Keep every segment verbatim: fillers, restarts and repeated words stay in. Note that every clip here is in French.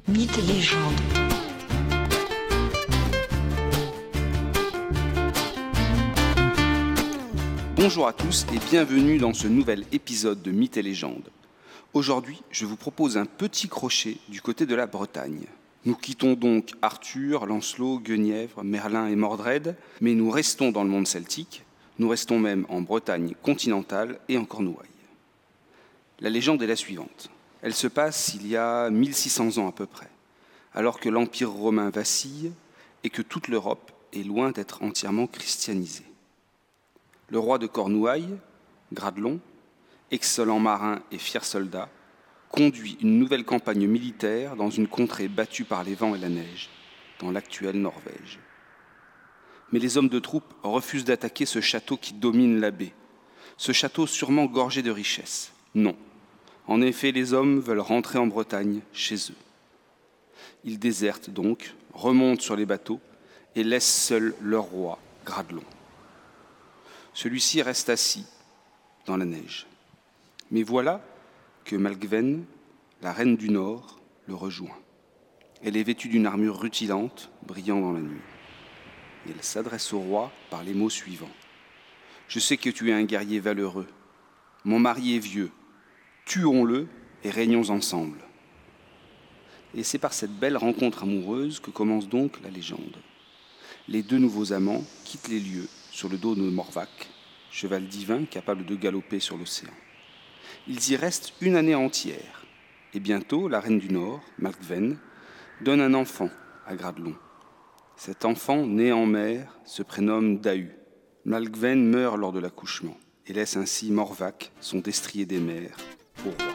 Mythes et légendes. Bonjour à tous et bienvenue dans ce nouvel épisode de Mythes et légendes. Aujourd'hui, je vous propose un petit crochet du côté de la Bretagne. Nous quittons donc Arthur, Lancelot, Guenièvre, Merlin et Mordred, mais nous restons dans le monde celtique, nous restons même en Bretagne continentale et en Cornouailles. La légende est la suivante. Elle se passe il y a mille six cents ans à peu près, alors que l'Empire romain vacille et que toute l'Europe est loin d'être entièrement christianisée. Le roi de Cornouailles, Gradelon, excellent marin et fier soldat, conduit une nouvelle campagne militaire dans une contrée battue par les vents et la neige, dans l'actuelle Norvège. Mais les hommes de troupe refusent d'attaquer ce château qui domine la baie, ce château sûrement gorgé de richesses. Non. En effet, les hommes veulent rentrer en Bretagne, chez eux. Ils désertent donc, remontent sur les bateaux et laissent seul leur roi, Gradelon. Celui-ci reste assis dans la neige. Mais voilà que Malgven, la reine du Nord, le rejoint. Elle est vêtue d'une armure rutilante, brillant dans la nuit. Et elle s'adresse au roi par les mots suivants. « Je sais que tu es un guerrier valeureux. Mon mari est vieux. Tuons-le et régnons ensemble. » Et c'est par cette belle rencontre amoureuse que commence donc la légende. Les deux nouveaux amants quittent les lieux sur le dos de Morvac, cheval divin capable de galoper sur l'océan. Ils y restent une année entière, et bientôt la reine du Nord, Malgven, donne un enfant à Gradelon. Cet enfant, né en mer, se prénomme Dahu. Malgven meurt lors de l'accouchement et laisse ainsi Morvac, son destrier des mers, au roi.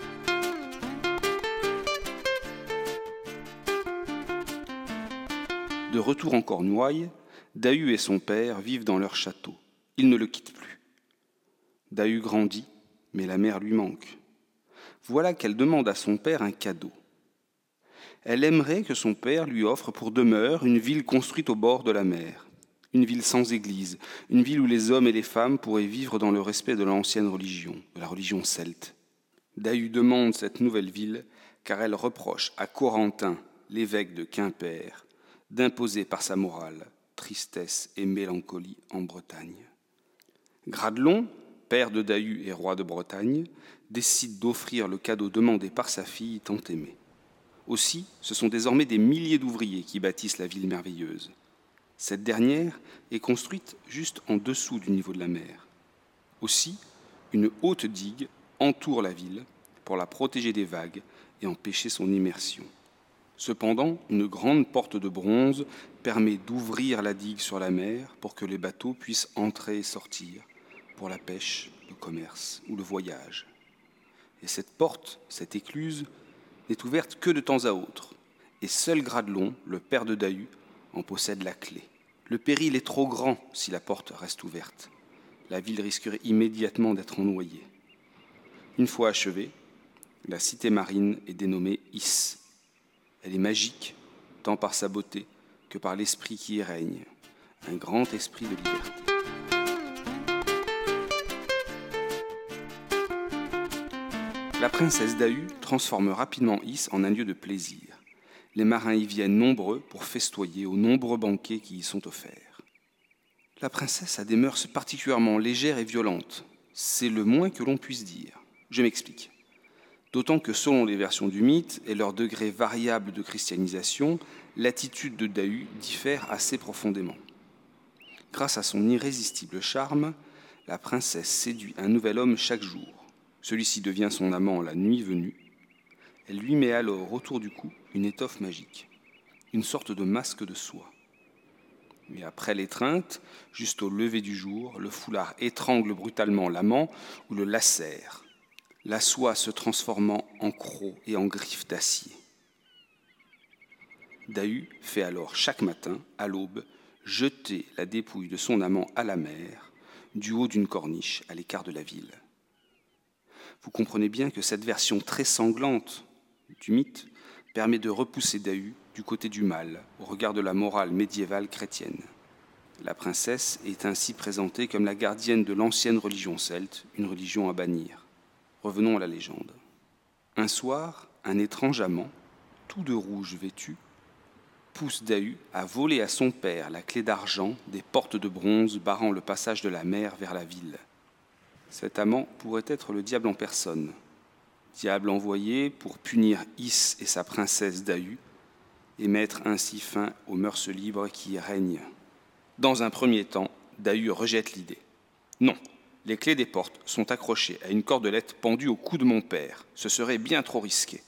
De retour en Cornouailles, Dahu et son père vivent dans leur château. Ils ne le quittent plus. Dahu grandit, mais la mère lui manque. Voilà qu'elle demande à son père un cadeau. Elle aimerait que son père lui offre pour demeure une ville construite au bord de la mer, une ville sans église, une ville où les hommes et les femmes pourraient vivre dans le respect de l'ancienne religion, de la religion celte. Dahu demande cette nouvelle ville car elle reproche à Corentin, l'évêque de Quimper, d'imposer par sa morale tristesse et mélancolie en Bretagne. Gradelon, père de Dahu et roi de Bretagne, décide d'offrir le cadeau demandé par sa fille tant aimée. Aussi, ce sont désormais des milliers d'ouvriers qui bâtissent la ville merveilleuse. Cette dernière est construite juste en dessous du niveau de la mer. Aussi, une haute digue entoure la ville pour la protéger des vagues et empêcher son immersion. Cependant, une grande porte de bronze permet d'ouvrir la digue sur la mer pour que les bateaux puissent entrer et sortir pour la pêche, le commerce ou le voyage. Et cette porte, cette écluse, n'est ouverte que de temps à autre. Et seul Gradelon, le père de Dahu, en possède la clé. Le péril est trop grand si la porte reste ouverte. La ville risquerait immédiatement d'être noyée. Une fois achevée, la cité marine est dénommée Is. Elle est magique, tant par sa beauté que par l'esprit qui y règne, un grand esprit de liberté. La princesse Dahu transforme rapidement Is en un lieu de plaisir. Les marins y viennent nombreux pour festoyer aux nombreux banquets qui y sont offerts. La princesse a des mœurs particulièrement légères et violentes. C'est le moins que l'on puisse dire. Je m'explique. D'autant que selon les versions du mythe et leur degré variable de christianisation, l'attitude de Dahu diffère assez profondément. Grâce à son irrésistible charme, la princesse séduit un nouvel homme chaque jour. Celui-ci devient son amant la nuit venue. Elle lui met alors autour du cou une étoffe magique, une sorte de masque de soie. Mais après l'étreinte, juste au lever du jour, le foulard étrangle brutalement l'amant ou le lacère, la soie se transformant en crocs et en griffes d'acier. Dahu fait alors chaque matin, à l'aube, jeter la dépouille de son amant à la mer, du haut d'une corniche à l'écart de la ville. Vous comprenez bien que cette version très sanglante du mythe permet de repousser Dahu du côté du mal, au regard de la morale médiévale chrétienne. La princesse est ainsi présentée comme la gardienne de l'ancienne religion celte, une religion à bannir. Revenons à la légende. Un soir, un étrange amant, tout de rouge vêtu, pousse Dahu à voler à son père la clé d'argent des portes de bronze barrant le passage de la mer vers la ville. Cet amant pourrait être le diable en personne, diable envoyé pour punir Is et sa princesse Dahu et mettre ainsi fin aux mœurs libres qui y règnent. Dans un premier temps, Dahu rejette l'idée. Non, les clés des portes sont accrochées à une cordelette pendue au cou de mon père. Ce serait bien trop risqué.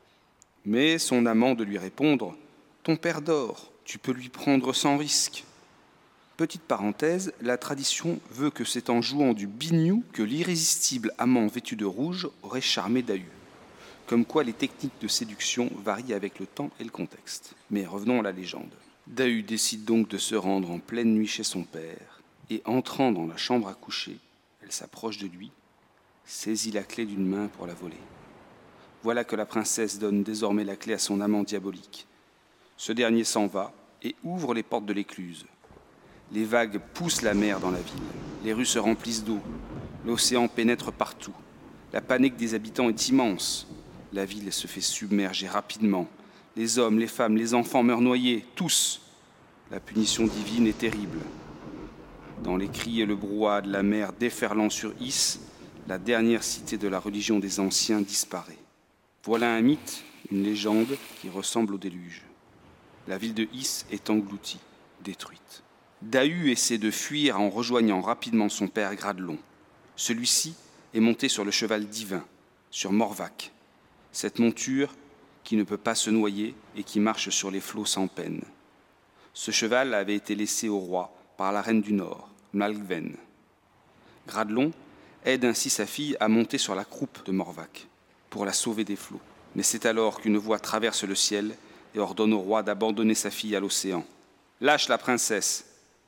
Mais son amant de lui répondre « Ton père dort, tu peux lui prendre sans risque ». Petite parenthèse, la tradition veut que c'est en jouant du biniou que l'irrésistible amant vêtu de rouge aurait charmé Dahu. Comme quoi les techniques de séduction varient avec le temps et le contexte. Mais revenons à la légende. Dahu décide donc de se rendre en pleine nuit chez son père, et entrant dans la chambre à coucher, elle s'approche de lui, saisit la clé d'une main pour la voler. Voilà que la princesse donne désormais la clé à son amant diabolique. Ce dernier s'en va et ouvre les portes de l'écluse. Les vagues poussent la mer dans la ville, les rues se remplissent d'eau, l'océan pénètre partout, la panique des habitants est immense. La ville se fait submerger rapidement. Les hommes, les femmes, les enfants meurent noyés, tous. La punition divine est terrible. Dans les cris et le brouhaha de la mer déferlant sur Is, la dernière cité de la religion des anciens disparaît. Voilà un mythe, une légende qui ressemble au déluge. La ville de Is est engloutie, détruite. Dahu essaie de fuir en rejoignant rapidement son père Gradelon. Celui-ci est monté sur le cheval divin, sur Morvac. Cette monture qui ne peut pas se noyer et qui marche sur les flots sans peine. Ce cheval avait été laissé au roi par la reine du Nord, Malgven. Gradelon aide ainsi sa fille à monter sur la croupe de Morvac pour la sauver des flots. Mais c'est alors qu'une voix traverse le ciel et ordonne au roi d'abandonner sa fille à l'océan. « Lâche la princesse !»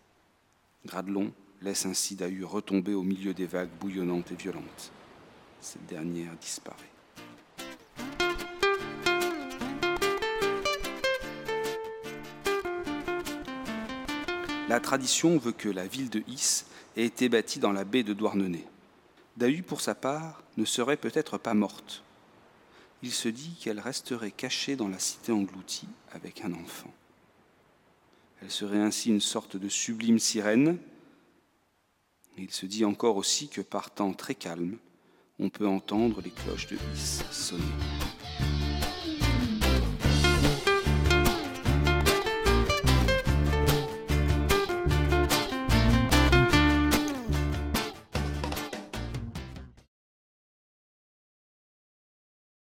Gradelon laisse ainsi Dahu retomber au milieu des vagues bouillonnantes et violentes. Cette dernière disparaît. La tradition veut que la ville de Is ait été bâtie dans la baie de Douarnenez. Dahu, pour sa part, ne serait peut-être pas morte. Il se dit qu'elle resterait cachée dans la cité engloutie avec un enfant. Elle serait ainsi une sorte de sublime sirène. Il se dit encore aussi que par temps très calme, on peut entendre les cloches de Is sonner.